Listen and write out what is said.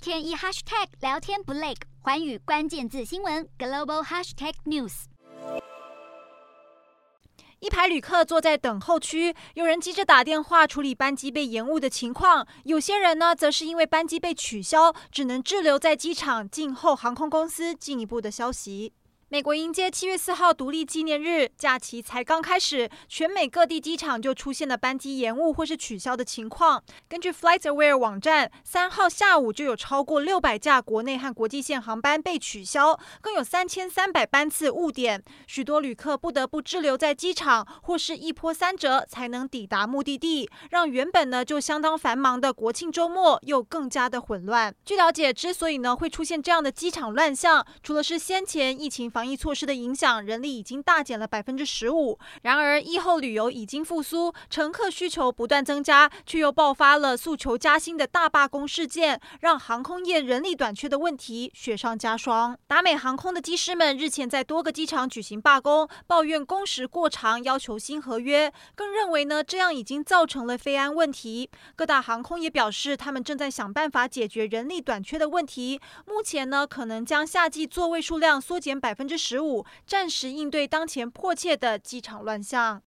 天一 hashtag 聊天不累，寰宇关键字新闻 global hashtag news。 一排旅客坐在等候区，有人急着打电话处理班机被延误的情况，有些人呢，则是因为班机被取消，只能滞留在机场，静候航空公司进一步的消息。美国迎接7月4号独立纪念日，假期才刚开始，全美各地机场就出现了班机延误或是取消的情况。根据 FlightAware 网站，3号下午就有超过600架国内和国际线航班被取消，更有3300班次误点，许多旅客不得不滞留在机场，或是一波三折才能抵达目的地，让原本呢就相当繁忙的国庆周末又更加的混乱。据了解，之所以呢会出现这样的机场乱象，除了是先前疫情防疫措施的影响，人力已经大减了15%。然而，疫后旅游已经复苏，乘客需求不断增加，却又爆发了诉求加薪的大罢工事件，让航空业人力短缺的问题雪上加霜。达美航空的机师们日前在多个机场举行罢工，抱怨工时过长，要求新合约，更认为呢这样已经造成了飞安问题。各大航空也表示，他们正在想办法解决人力短缺的问题。目前呢，可能将夏季座位数量缩减15%，暂时应对当前迫切的机场乱象。